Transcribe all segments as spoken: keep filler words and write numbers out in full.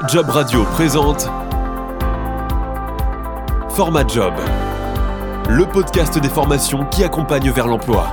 Job Radio présente Format Job, le podcast des formations qui accompagne vers l'emploi.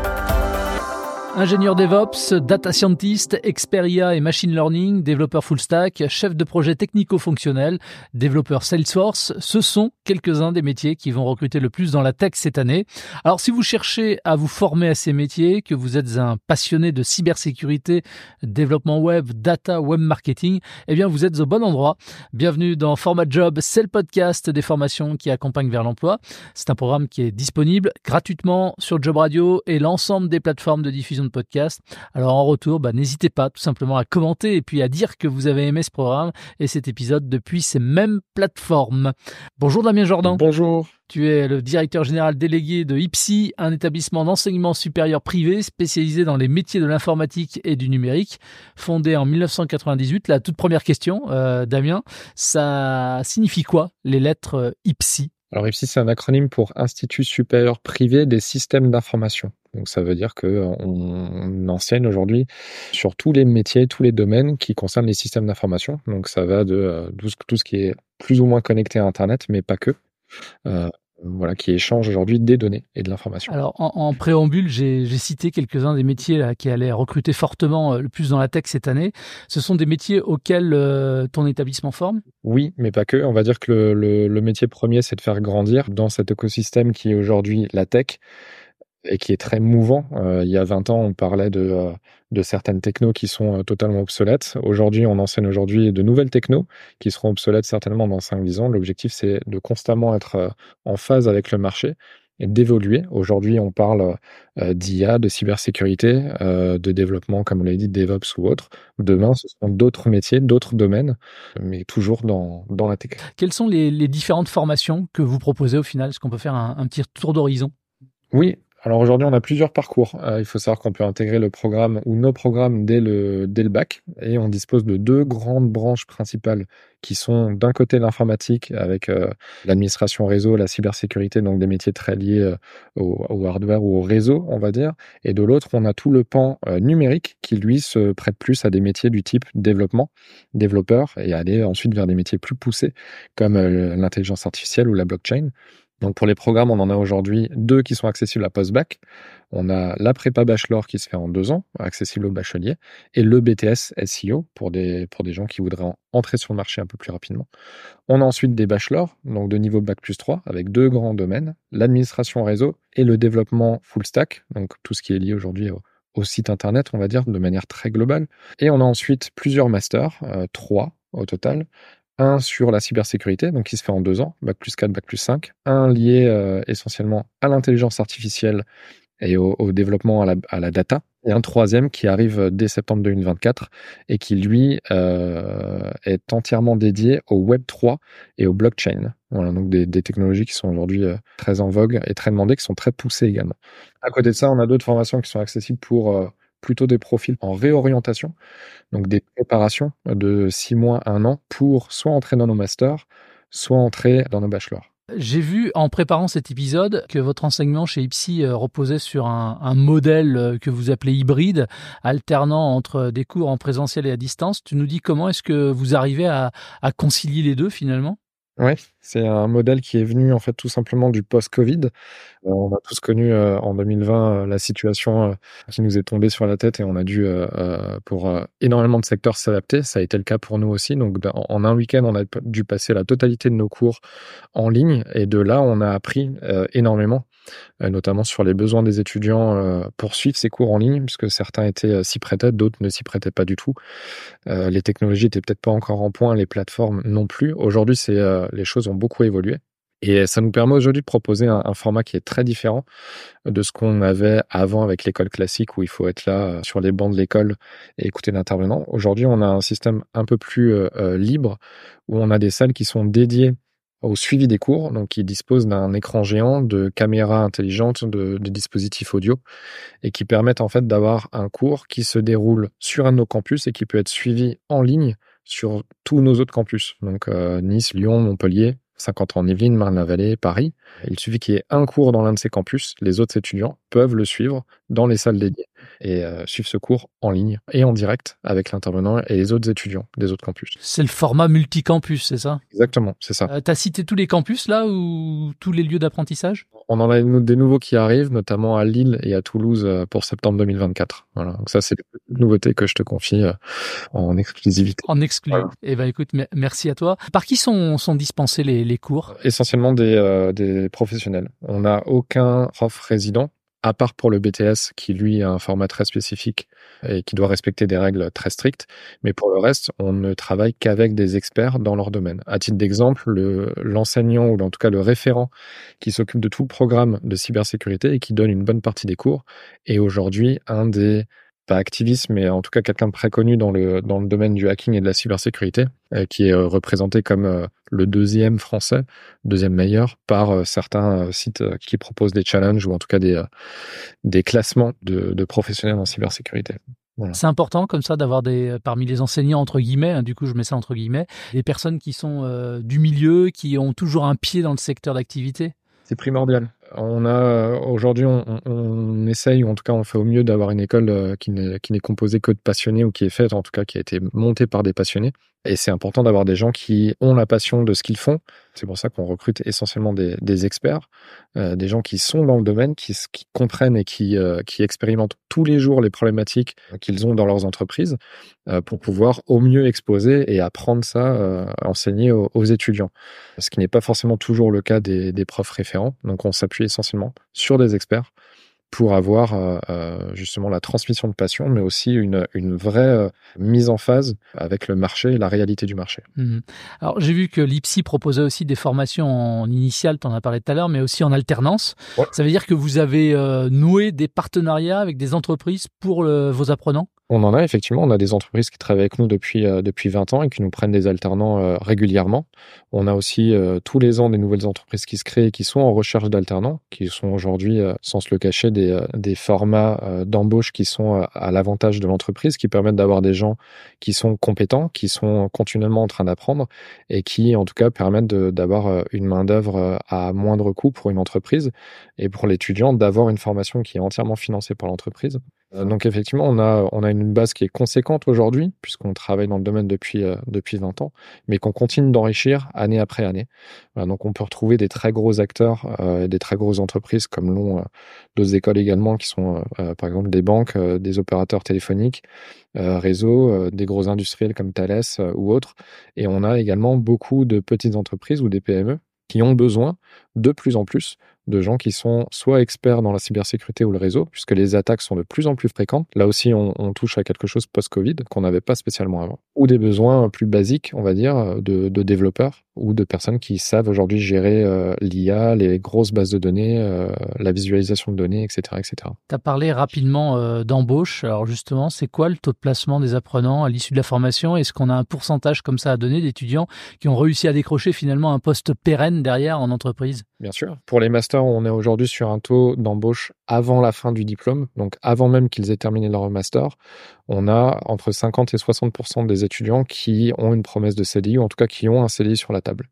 Ingénieur DevOps, Data Scientist, expert I A et Machine Learning, développeur full stack, chef de projet technico-fonctionnel, développeur Salesforce, ce sont quelques-uns des métiers qui vont recruter le plus dans la tech cette année. Alors si vous cherchez à vous former à ces métiers, que vous êtes un passionné de cybersécurité, développement web, data, web marketing, eh bien vous êtes au bon endroit. Bienvenue dans Format Job, c'est le podcast des formations qui accompagnent vers l'emploi. C'est un programme qui est disponible gratuitement sur Job Radio et l'ensemble des plateformes de diffusion de podcast. Alors en retour, bah, n'hésitez pas tout simplement à commenter et puis à dire que vous avez aimé ce programme et cet épisode depuis ces mêmes plateformes. Bonjour Damien Jordan. Bonjour. Tu es le directeur général délégué de I P S I, un établissement d'enseignement supérieur privé spécialisé dans les métiers de l'informatique et du numérique, fondé en dix-neuf cent quatre-vingt-dix-huit. La toute première question, euh, Damien, ça signifie quoi les lettres I P S I ? Alors I P S I, c'est un acronyme pour Institut supérieur privé des systèmes d'information. Donc ça veut dire qu'on on enseigne aujourd'hui sur tous les métiers, tous les domaines qui concernent les systèmes d'information. Donc ça va de euh, tout, ce, tout ce qui est plus ou moins connecté à Internet, mais pas que. Euh, voilà, qui échange aujourd'hui des données et de l'information. Alors en, en préambule, j'ai, j'ai cité quelques-uns des métiers là, qui allaient recruter fortement euh, le plus dans la tech cette année. Ce sont des métiers auxquels euh, ton établissement forme ? Oui, mais pas que. On va dire que le, le, le métier premier, c'est de faire grandir dans cet écosystème qui est aujourd'hui la tech, et qui est très mouvant. Euh, il y a vingt ans, on parlait de, euh, de certaines technos qui sont euh, totalement obsolètes. Aujourd'hui, on enseigne aujourd'hui de nouvelles technos qui seront obsolètes certainement dans cinq dix ans. L'objectif, c'est de constamment être euh, en phase avec le marché et d'évoluer. Aujourd'hui, on parle euh, d'I A, de cybersécurité, euh, de développement, comme on l'a dit, DevOps ou autre. Demain, ce seront d'autres métiers, d'autres domaines, mais toujours dans, dans la tech. Quelles sont les, les différentes formations que vous proposez au final ? Est-ce qu'on peut faire un, un petit tour d'horizon ? Oui. Alors aujourd'hui, on a plusieurs parcours. Euh, il faut savoir qu'on peut intégrer le programme ou nos programmes dès le, dès le bac. Et on dispose de deux grandes branches principales qui sont d'un côté l'informatique avec euh, l'administration réseau, la cybersécurité, donc des métiers très liés euh, au, au hardware ou au réseau, on va dire. Et de l'autre, on a tout le pan euh, numérique qui, lui, se prête plus à des métiers du type développement, développeur, et aller ensuite vers des métiers plus poussés comme euh, l'intelligence artificielle ou la blockchain. Donc pour les programmes, on en a aujourd'hui deux qui sont accessibles à post-bac. On a la prépa bachelor qui se fait en deux ans, accessible aux bacheliers, et le B T S S E O pour des, pour des gens qui voudraient en, entrer sur le marché un peu plus rapidement. On a ensuite des bachelors, donc de niveau bac plus trois, avec deux grands domaines, l'administration réseau et le développement full stack, donc tout ce qui est lié aujourd'hui au, au site internet, on va dire, de manière très globale. Et on a ensuite plusieurs masters, euh, trois au total. Un sur la cybersécurité, donc qui se fait en deux ans, bac plus quatre, bac plus cinq. Un lié euh, essentiellement à l'intelligence artificielle et au, au développement à la, à la data. Et un troisième qui arrive dès septembre deux mille vingt-quatre et qui, lui, euh, est entièrement dédié au Web trois et au blockchain. Voilà, donc des, des technologies qui sont aujourd'hui euh, très en vogue et très demandées, qui sont très poussées également. À côté de ça, on a d'autres formations qui sont accessibles pour... Euh, plutôt des profils en réorientation, donc des préparations de six mois, un an, pour soit entrer dans nos masters, soit entrer dans nos bachelors. J'ai vu en préparant cet épisode que votre enseignement chez I P S I reposait sur un, un modèle que vous appelez hybride, alternant entre des cours en présentiel et à distance. Tu nous dis comment est-ce que vous arrivez à, à concilier les deux finalement ? Oui, c'est un modèle qui est venu en fait tout simplement du post-Covid. Euh, on a tous connu euh, en deux mille vingt euh, la situation euh, qui nous est tombée sur la tête et on a dû, euh, euh, pour euh, énormément de secteurs, s'adapter. Ça a été le cas pour nous aussi. Donc en, en un week-end, on a dû passer la totalité de nos cours en ligne et de là, on a appris euh, énormément, euh, notamment sur les besoins des étudiants euh, pour suivre ces cours en ligne, puisque certains étaient euh, s'y prêtaient, d'autres ne s'y prêtaient pas du tout. Euh, les technologies étaient peut-être pas encore en point, les plateformes non plus. Aujourd'hui, c'est euh, les choses ont beaucoup évolué. Et ça nous permet aujourd'hui de proposer un, un format qui est très différent de ce qu'on avait avant avec l'école classique où il faut être là sur les bancs de l'école et écouter l'intervenant. Aujourd'hui, on a un système un peu plus euh, libre où on a des salles qui sont dédiées au suivi des cours, donc qui disposent d'un écran géant, de caméras intelligentes, de, de dispositifs audio et qui permettent en fait d'avoir un cours qui se déroule sur un de nos campus et qui peut être suivi en ligne sur tous nos autres campus. Donc euh, Nice, Lyon, Montpellier, Saint-Quentin-en-Yvelines, Marne-la-Vallée, Paris. Il suffit qu'il y ait un cours dans l'un de ces campus, les autres étudiants peuvent le suivre dans les salles dédiées. et euh, suivre ce cours en ligne et en direct avec l'intervenant et les autres étudiants des autres campus. C'est le format multicampus, c'est ça? Exactement, c'est ça. Euh, tu as cité tous les campus là ou tous les lieux d'apprentissage? On en a des nouveaux qui arrivent, notamment à Lille et à Toulouse pour septembre deux mille vingt-quatre. Voilà. Donc ça, c'est les nouveautés que je te confie en exclusivité. En exclu. Voilà. Eh ben, écoute, merci à toi. Par qui sont, sont dispensés les, les cours? Essentiellement des, euh, des professionnels. On n'a aucun prof résident, à part pour le B T S qui, lui, a un format très spécifique et qui doit respecter des règles très strictes. Mais pour le reste, on ne travaille qu'avec des experts dans leur domaine. À titre d'exemple, le, l'enseignant ou en tout cas le référent qui s'occupe de tout le programme de cybersécurité et qui donne une bonne partie des cours est aujourd'hui un des, pas activiste, mais en tout cas quelqu'un de très connu dans le, dans le domaine du hacking et de la cybersécurité, euh, qui est euh, représenté comme euh, le deuxième français, deuxième meilleur, par euh, certains euh, sites euh, qui proposent des challenges ou en tout cas des, euh, des classements de, de professionnels en cybersécurité. Voilà. C'est important comme ça d'avoir des parmi les enseignants entre guillemets, hein, du coup je mets ça entre guillemets, des personnes qui sont euh, du milieu, qui ont toujours un pied dans le secteur d'activité. C'est primordial. On a aujourd'hui, on, on, on essaye, ou en tout cas, on fait au mieux d'avoir une école qui n'est, qui n'est composée que de passionnés, ou qui est faite, en tout cas, qui a été montée par des passionnés. Et c'est important d'avoir des gens qui ont la passion de ce qu'ils font. C'est pour ça qu'on recrute essentiellement des, des experts, euh, des gens qui sont dans le domaine, qui, qui comprennent et qui, euh, qui expérimentent tous les jours les problématiques qu'ils ont dans leurs entreprises, euh, pour pouvoir au mieux exposer et apprendre ça, euh, enseigner aux, aux étudiants. Ce qui n'est pas forcément toujours le cas des, des profs référents. Donc on s'appuie essentiellement sur des experts pour avoir euh, justement la transmission de passion, mais aussi une, une vraie euh, mise en phase avec le marché et la réalité du marché. Mmh. Alors, j'ai vu que l'I P S I proposait aussi des formations en initiale, tu en as parlé tout à l'heure, mais aussi en alternance. Ouais. Ça veut dire que vous avez euh, noué des partenariats avec des entreprises pour le, vos apprenants? On en a effectivement, on a des entreprises qui travaillent avec nous depuis euh, depuis vingt ans et qui nous prennent des alternants euh, régulièrement. On a aussi euh, tous les ans des nouvelles entreprises qui se créent et qui sont en recherche d'alternants, qui sont aujourd'hui, euh, sans se le cacher, des euh, des formats euh, d'embauche qui sont euh, à l'avantage de l'entreprise, qui permettent d'avoir des gens qui sont compétents, qui sont continuellement en train d'apprendre et qui, en tout cas, permettent de, d'avoir euh, une main-d'œuvre euh, à moindre coût pour une entreprise et pour l'étudiant d'avoir une formation qui est entièrement financée par l'entreprise. Donc effectivement, on a on a une base qui est conséquente aujourd'hui, puisqu'on travaille dans le domaine depuis euh, depuis vingt ans, mais qu'on continue d'enrichir année après année. Voilà, donc on peut retrouver des très gros acteurs, euh, des très grosses entreprises comme l'ont euh, d'autres écoles également, qui sont euh, par exemple des banques, euh, des opérateurs téléphoniques, euh, réseaux, euh, des gros industriels comme Thales euh, ou autres. Et on a également beaucoup de petites entreprises ou des P M E qui ont besoin de plus en plus de gens qui sont soit experts dans la cybersécurité ou le réseau, puisque les attaques sont de plus en plus fréquentes. Là aussi, on, on touche à quelque chose post-Covid qu'on n'avait pas spécialement avant. Ou des besoins plus basiques, on va dire, de, de développeurs ou de personnes qui savent aujourd'hui gérer euh, l'I A, les grosses bases de données, euh, la visualisation de données, et cetera, et cetera. Tu as parlé rapidement euh, d'embauche. Alors justement, c'est quoi le taux de placement des apprenants à l'issue de la formation? Est-ce qu'on a un pourcentage comme ça à donner d'étudiants qui ont réussi à décrocher finalement un poste pérenne derrière en entreprise? Bien sûr. Pour les masters, on est aujourd'hui sur un taux d'embauche avant la fin du diplôme, donc avant même qu'ils aient terminé leur master. On a entre cinquante et soixante pour cent des étudiants qui ont une promesse de C D I, ou en tout cas qui ont un C D I sur la table.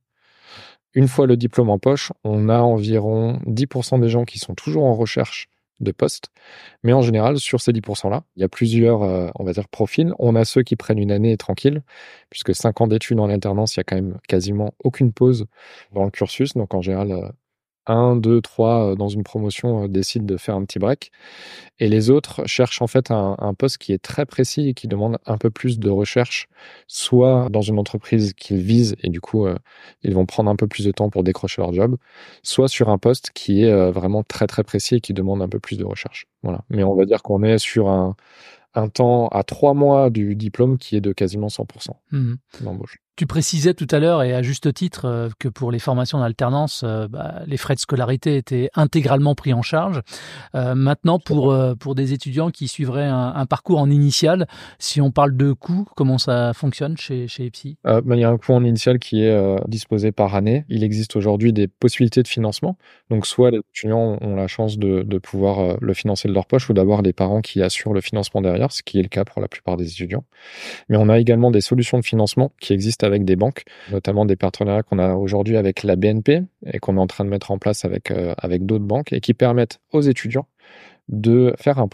Une fois le diplôme en poche, on a environ dix pour cent des gens qui sont toujours en recherche de poste. Mais en général, sur ces dix pour cent-là, il y a plusieurs, euh, on va dire, profils. On a ceux qui prennent une année tranquille, puisque cinq ans d'études en alternance, il y a quand même quasiment aucune pause dans le cursus. Donc en général, euh, un, deux, trois dans une promotion euh, décident de faire un petit break. Et les autres cherchent en fait un, un poste qui est très précis et qui demande un peu plus de recherche, soit dans une entreprise qu'ils visent et du coup, euh, ils vont prendre un peu plus de temps pour décrocher leur job, soit sur un poste qui est euh, vraiment très très précis et qui demande un peu plus de recherche. Voilà. Mais on va dire qu'on est sur un, un temps à trois mois du diplôme qui est de quasiment cent pour cent mmh. d'embauche. Tu précisais tout à l'heure, et à juste titre, euh, que pour les formations d'alternance, euh, bah, les frais de scolarité étaient intégralement pris en charge. Euh, maintenant, pour, euh, pour des étudiants qui suivraient un, un parcours en initial, si on parle de coûts, comment ça fonctionne chez, chez I P S I? euh, bah, Il y a un coût en initial qui est euh, disposé par année. Il existe aujourd'hui des possibilités de financement. Donc, soit les étudiants ont la chance de, de pouvoir euh, le financer de leur poche ou d'avoir des parents qui assurent le financement derrière, ce qui est le cas pour la plupart des étudiants. Mais on a également des solutions de financement qui existent avec des banques, notamment des partenariats qu'on a aujourd'hui avec la B N P et qu'on est en train de mettre en place avec, euh, avec d'autres banques et qui permettent aux étudiants de faire un prêt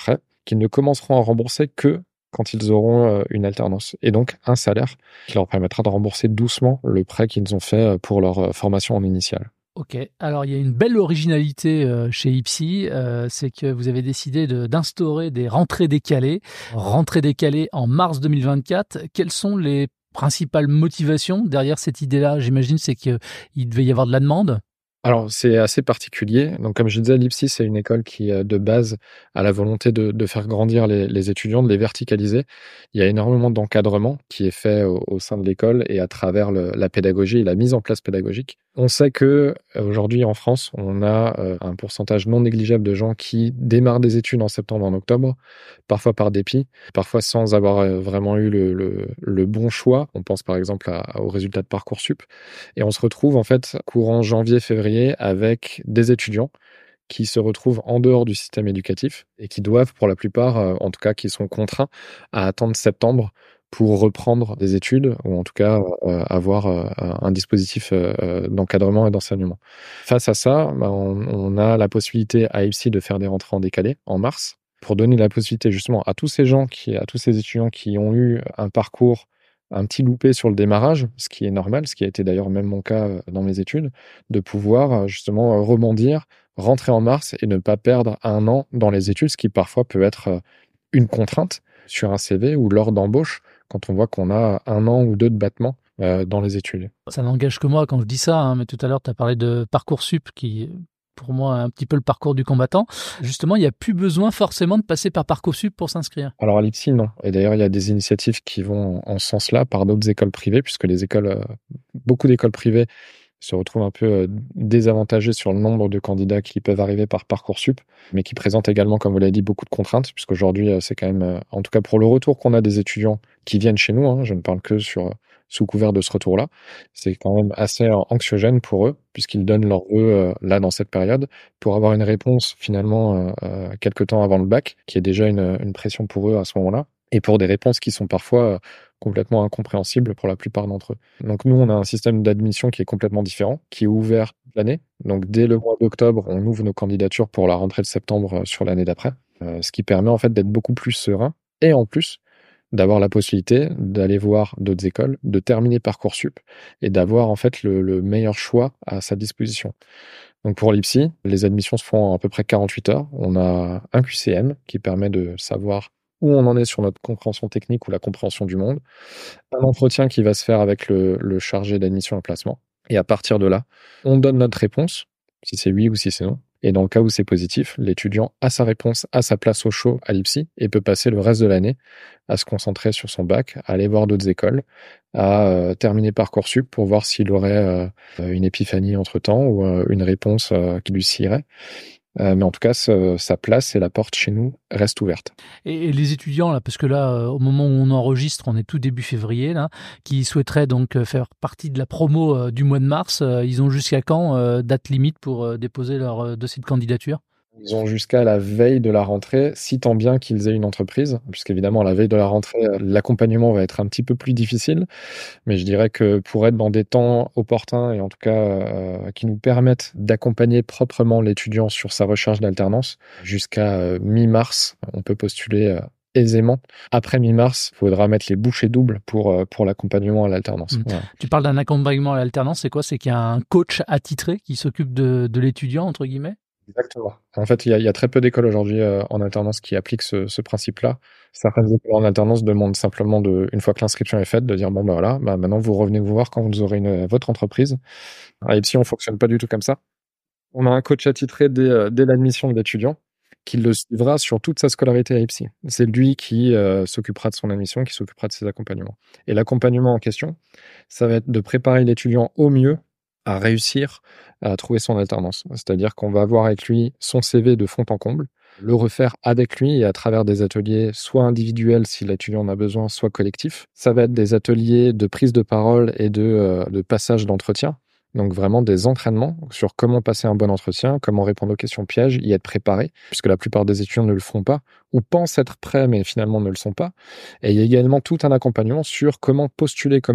qu'ils ne commenceront à rembourser que quand ils auront une alternance, et donc un salaire qui leur permettra de rembourser doucement le prêt qu'ils ont fait pour leur formation en initiale. Ok, alors il y a une belle originalité euh, chez Ipsi, euh, c'est que vous avez décidé de, d'instaurer des rentrées décalées. Rentrées décalées en mars deux mille vingt-quatre, quelles sont les principales motivations derrière cette idée-là? J'imagine c'est qu'il devait y avoir de la demande. Alors, c'est assez particulier. Donc, comme je disais, l'Ipsi, c'est une école qui, euh, de base, a la volonté de, de faire grandir les, les étudiants, de les verticaliser. Il y a énormément d'encadrement qui est fait au, au sein de l'école et à travers le, la pédagogie et la mise en place pédagogique. On sait que aujourd'hui, en France, on a euh, un pourcentage non négligeable de gens qui démarrent des études en septembre, en octobre, parfois par dépit, parfois sans avoir euh, vraiment eu le, le, le bon choix. On pense par exemple à, aux résultats de Parcoursup. Et on se retrouve en fait courant janvier-février avec des étudiants qui se retrouvent en dehors du système éducatif et qui doivent, pour la plupart, euh, en tout cas, qui sont contraints à attendre septembre pour reprendre des études ou en tout cas euh, avoir euh, un dispositif euh, d'encadrement et d'enseignement. Face à ça, bah, on, on a la possibilité à Ipsi de faire des rentrées en décalé en mars pour donner la possibilité justement à tous ces gens, qui, à tous ces étudiants qui ont eu un parcours un petit loupé sur le démarrage, ce qui est normal, ce qui a été d'ailleurs même mon cas dans mes études, de pouvoir justement rebondir, rentrer en mars et ne pas perdre un an dans les études, ce qui parfois peut être une contrainte sur un C V ou lors d'embauche, quand on voit qu'on a un an ou deux de battement euh, dans les études. Ça n'engage que moi quand je dis ça, hein, mais tout à l'heure tu as parlé de Parcoursup qui... pour moi, un petit peu le parcours du combattant. Justement, il n'y a plus besoin forcément de passer par Parcoursup pour s'inscrire. Alors à l'Ipsi, non. Et d'ailleurs, il y a des initiatives qui vont en ce sens-là par d'autres écoles privées, puisque les écoles, euh, beaucoup d'écoles privées se retrouvent un peu euh, désavantagées sur le nombre de candidats qui peuvent arriver par Parcoursup, mais qui présentent également, comme vous l'avez dit, beaucoup de contraintes, puisqu'aujourd'hui, euh, c'est quand même, euh, en tout cas pour le retour qu'on a des étudiants qui viennent chez nous, hein, je ne parle que sur... Euh, sous couvert de ce retour-là, c'est quand même assez anxiogène pour eux, puisqu'ils donnent leur vœu euh, là dans cette période, pour avoir une réponse finalement euh, quelques temps avant le bac, qui est déjà une, une pression pour eux à ce moment-là, et pour des réponses qui sont parfois euh, complètement incompréhensibles pour la plupart d'entre eux. Donc nous, on a un système d'admission qui est complètement différent, qui est ouvert toute l'année. Donc dès le mois d'octobre, on ouvre nos candidatures pour la rentrée de septembre sur l'année d'après, euh, ce qui permet en fait d'être beaucoup plus serein, et en plus, d'avoir la possibilité d'aller voir d'autres écoles, de terminer Parcoursup et d'avoir en fait le, le meilleur choix à sa disposition. Donc pour l'Ipsi, les admissions se font en à peu près quarante-huit heures. On a un Q C M qui permet de savoir où on en est sur notre compréhension technique ou la compréhension du monde. Un entretien qui va se faire avec le, le chargé d'admission et placement. Et à partir de là, on donne notre réponse, si c'est oui ou si c'est non. Et dans le cas où c'est positif, l'étudiant a sa réponse, a sa place au chaud à l'Ipsi et peut passer le reste de l'année à se concentrer sur son bac, à aller voir d'autres écoles, à euh, terminer Parcoursup pour voir s'il aurait euh, une épiphanie entre-temps ou euh, une réponse euh, qui lui scierait. Euh, mais en tout cas, ce, sa place et la porte chez nous reste ouverte. Et, et les étudiants, là, parce que là, euh, au moment où on enregistre, on est tout début février, là, qui souhaiteraient donc euh, faire partie de la promo euh, du mois de mars, euh, ils ont jusqu'à quand, euh, date limite pour euh, déposer leur euh, dossier de candidature ? Ils ont jusqu'à la veille de la rentrée, si tant bien qu'ils aient une entreprise, puisqu'évidemment, à la veille de la rentrée, l'accompagnement va être un petit peu plus difficile. Mais je dirais que pour être dans des temps opportuns et en tout cas euh, qui nous permettent d'accompagner proprement l'étudiant sur sa recherche d'alternance, jusqu'à euh, mi-mars, on peut postuler euh, aisément. Après mi-mars, il faudra mettre les bouchées doubles pour, euh, pour l'accompagnement à l'alternance. Mmh. Voilà. Tu parles d'un accompagnement à l'alternance, c'est quoi ? C'est qu'il y a un coach attitré qui s'occupe de, de l'étudiant, entre guillemets ? Exactement. En fait, il y a, il y a très peu d'écoles aujourd'hui euh, en alternance qui appliquent ce, ce principe-là. Certaines écoles en alternance demandent simplement, de, une fois que l'inscription est faite, de dire bon bah voilà, bah maintenant vous revenez vous voir quand vous aurez une, votre entreprise. À Ipsi, on fonctionne pas du tout comme ça. On a un coach attitré dès, euh, dès l'admission de l'étudiant qui le suivra sur toute sa scolarité à Ipsi. C'est lui qui euh, s'occupera de son admission, qui s'occupera de ses accompagnements. Et l'accompagnement en question, ça va être de préparer l'étudiant au mieux à réussir à trouver son alternance. C'est-à-dire qu'on va avoir avec lui son C V de fond en comble, le refaire avec lui et à travers des ateliers soit individuels si l'étudiant en a besoin, soit collectifs. Ça va être des ateliers de prise de parole et de, euh, de passage d'entretien. Donc vraiment des entraînements sur comment passer un bon entretien, comment répondre aux questions pièges, y être préparé, puisque la plupart des étudiants ne le font pas, ou pensent être prêts mais finalement ne le sont pas. Et il y a également tout un accompagnement sur comment postuler comme il faut,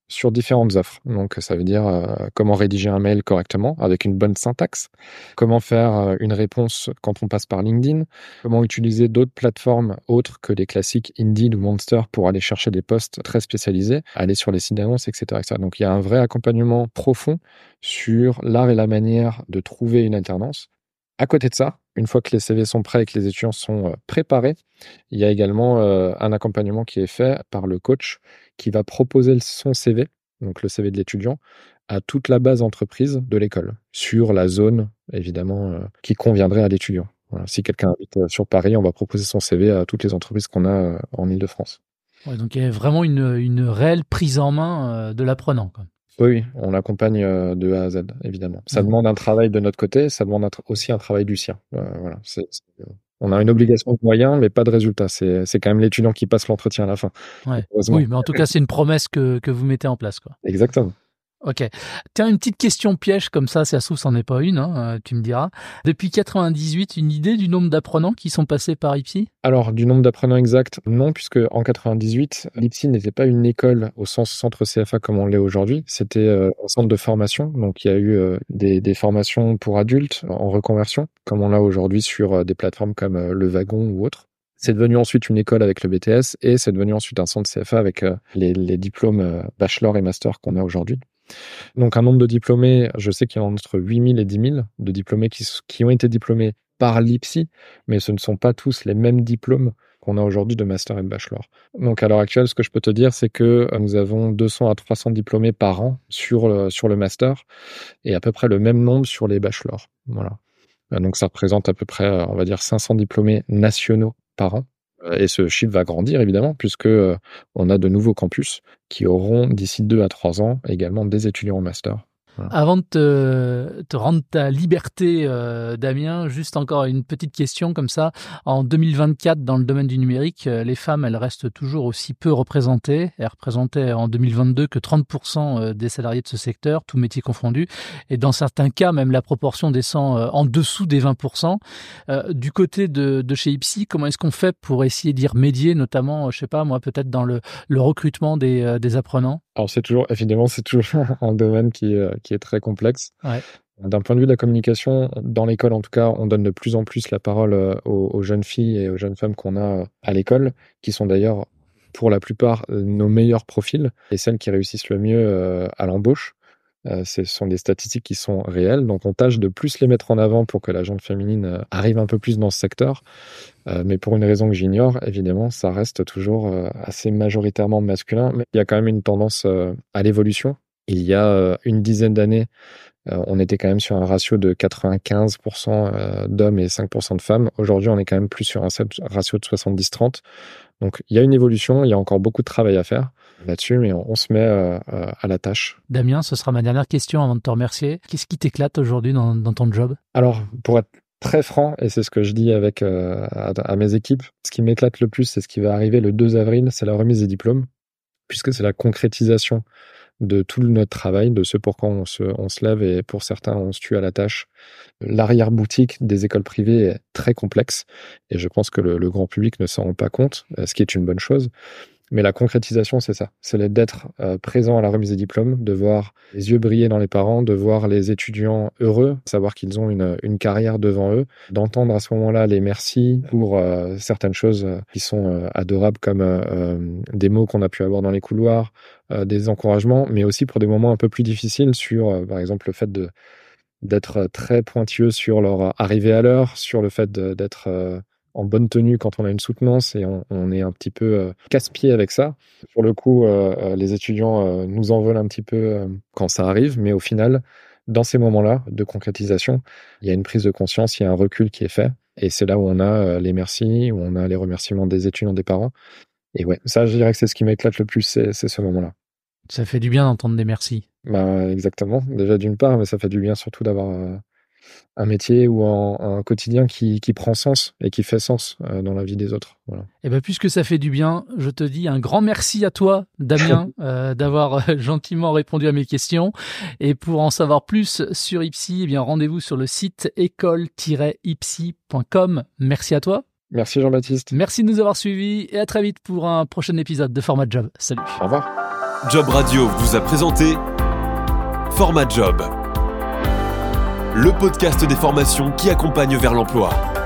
sur différentes offres. Donc, ça veut dire euh, comment rédiger un mail correctement avec une bonne syntaxe, comment faire euh, une réponse quand on passe par LinkedIn, comment utiliser d'autres plateformes autres que les classiques Indeed ou Monster pour aller chercher des posts très spécialisés, aller sur les sites d'annonces, et cetera, et cetera. Donc, il y a un vrai accompagnement profond sur l'art et la manière de trouver une alternance. À côté de ça, une fois que les C V sont prêts et que les étudiants sont préparés, il y a également euh, un accompagnement qui est fait par le coach qui va proposer son C V, donc le C V de l'étudiant, à toute la base entreprise de l'école, sur la zone, évidemment, euh, qui conviendrait à l'étudiant. Voilà. Si quelqu'un habite sur Paris, on va proposer son C V à toutes les entreprises qu'on a euh, en Île-de-France. Ouais, donc il y a vraiment une, une réelle prise en main euh, de l'apprenant, quoi. Oui, on l'accompagne de A à Z, évidemment. Ça mmh. demande un travail de notre côté, ça demande un tra- aussi un travail du sien. Euh, voilà, c'est, c'est, on a une obligation de moyens, mais pas de résultat. C'est, c'est quand même l'étudiant qui passe l'entretien à la fin. Ouais. Oui, mais en tout cas, c'est une promesse que, que vous mettez en place, quoi. Exactement. Ok. Tiens, une petite question piège comme ça, si ça se trouve, c'en est pas une, hein, tu me diras. Depuis quatre-vingt-dix-huit, une idée du nombre d'apprenants qui sont passés par Ipsi ? Alors, du nombre d'apprenants exact, non, puisque en quatre-vingt-dix-huit, l'Ipsi n'était pas une école au sens centre C F A comme on l'est aujourd'hui. C'était euh, un centre de formation. Donc, il y a eu euh, des, des formations pour adultes en reconversion, comme on l'a aujourd'hui sur euh, des plateformes comme euh, Le Wagon ou autres. C'est devenu ensuite une école avec le B T S et c'est devenu ensuite un centre C F A avec euh, les, les diplômes euh, bachelor et master qu'on a aujourd'hui. Donc, un nombre de diplômés, je sais qu'il y en a entre huit mille et dix mille de diplômés qui, qui ont été diplômés par l'Ipsi, mais ce ne sont pas tous les mêmes diplômes qu'on a aujourd'hui de master et de bachelor. Donc, à l'heure actuelle, ce que je peux te dire, c'est que nous avons deux cents à trois cents diplômés par an sur le, sur le master et à peu près le même nombre sur les bachelors. Voilà. Donc, ça représente à peu près, on va dire, cinq cents diplômés nationaux par an. Et ce chiffre va grandir, évidemment, puisque euh, on a de nouveaux campus qui auront, d'ici deux à trois ans, également des étudiants en master. Voilà. Avant de te, te rendre ta liberté, euh, Damien, juste encore une petite question comme ça. En deux mille vingt-quatre, dans le domaine du numérique, les femmes, elles restent toujours aussi peu représentées. Elles représentaient en deux mille vingt-deux que trente pour cent des salariés de ce secteur, tous métiers confondus. Et dans certains cas, même la proportion descend en dessous des vingt pour cent. Euh, du côté de, de chez Ipsi, comment est-ce qu'on fait pour essayer d'y remédier, notamment, je sais pas, moi, peut-être dans le, le recrutement des, des apprenants ? Alors, c'est toujours, évidemment, c'est toujours un domaine qui, euh, qui est très complexe. Ouais. D'un point de vue de la communication, dans l'école, en tout cas, on donne de plus en plus la parole euh, aux, aux jeunes filles et aux jeunes femmes qu'on a à l'école, qui sont d'ailleurs, pour la plupart, nos meilleurs profils et celles qui réussissent le mieux euh, à l'embauche. Euh, ce sont des statistiques qui sont réelles, donc on tâche de plus les mettre en avant pour que la gente féminine euh, arrive un peu plus dans ce secteur. Euh, mais pour une raison que j'ignore, évidemment, ça reste toujours euh, assez majoritairement masculin. Mais il y a quand même une tendance euh, à l'évolution. Il y a euh, une dizaine d'années, euh, on était quand même sur un ratio de quatre-vingt-quinze pour cent euh, d'hommes et cinq pour cent de femmes. Aujourd'hui, on est quand même plus sur un ratio de soixante-dix trente. Donc, il y a une évolution, il y a encore beaucoup de travail à faire là-dessus, mais on, on se met euh, euh, à la tâche. Damien, ce sera ma dernière question avant de te remercier. Qu'est-ce qui t'éclate aujourd'hui dans, dans ton job ? Alors, pour être très franc, et c'est ce que je dis avec euh, à, à mes équipes, ce qui m'éclate le plus, c'est ce qui va arriver le deux avril, c'est la remise des diplômes, puisque c'est la concrétisation de tout notre travail, de ce pourquoi on se, on se lève et pour certains, on se tue à la tâche. L'arrière-boutique des écoles privées est très complexe et je pense que le, le grand public ne s'en rend pas compte, ce qui est une bonne chose. Mais la concrétisation, c'est ça. C'est d'être euh, présent à la remise des diplômes, de voir les yeux briller dans les parents, de voir les étudiants heureux, savoir qu'ils ont une, une carrière devant eux, d'entendre à ce moment-là les merci pour euh, certaines choses qui sont euh, adorables comme euh, des mots qu'on a pu avoir dans les couloirs, euh, des encouragements, mais aussi pour des moments un peu plus difficiles sur, euh, par exemple, le fait de d'être très pointilleux sur leur arrivée à l'heure, sur le fait de, d'être... Euh, en bonne tenue quand on a une soutenance et on, on est un petit peu euh, casse-pied avec ça. Pour le coup, euh, les étudiants euh, nous en veulent un petit peu euh, quand ça arrive, mais au final, dans ces moments-là de concrétisation, il y a une prise de conscience, il y a un recul qui est fait et c'est là où on a euh, les merci, où on a les remerciements des étudiants, des parents. Et ouais, ça, je dirais que c'est ce qui m'éclate le plus, c'est, c'est ce moment-là. Ça fait du bien d'entendre des merci. Bah, exactement. Déjà d'une part, mais ça fait du bien surtout d'avoir... Euh, un métier ou un, un quotidien qui, qui prend sens et qui fait sens euh, dans la vie des autres. Voilà. Et bien, puisque ça fait du bien, je te dis un grand merci à toi, Damien, euh, d'avoir euh, gentiment répondu à mes questions. Et pour en savoir plus sur Ipsi, eh bien, rendez-vous sur le site école tiret ipsi point com. Merci à toi. Merci Jean-Baptiste. Merci de nous avoir suivis et à très vite pour un prochain épisode de Format Job. Salut. Au revoir. Job Radio vous a présenté Format Job, le podcast des formations qui accompagne vers l'emploi.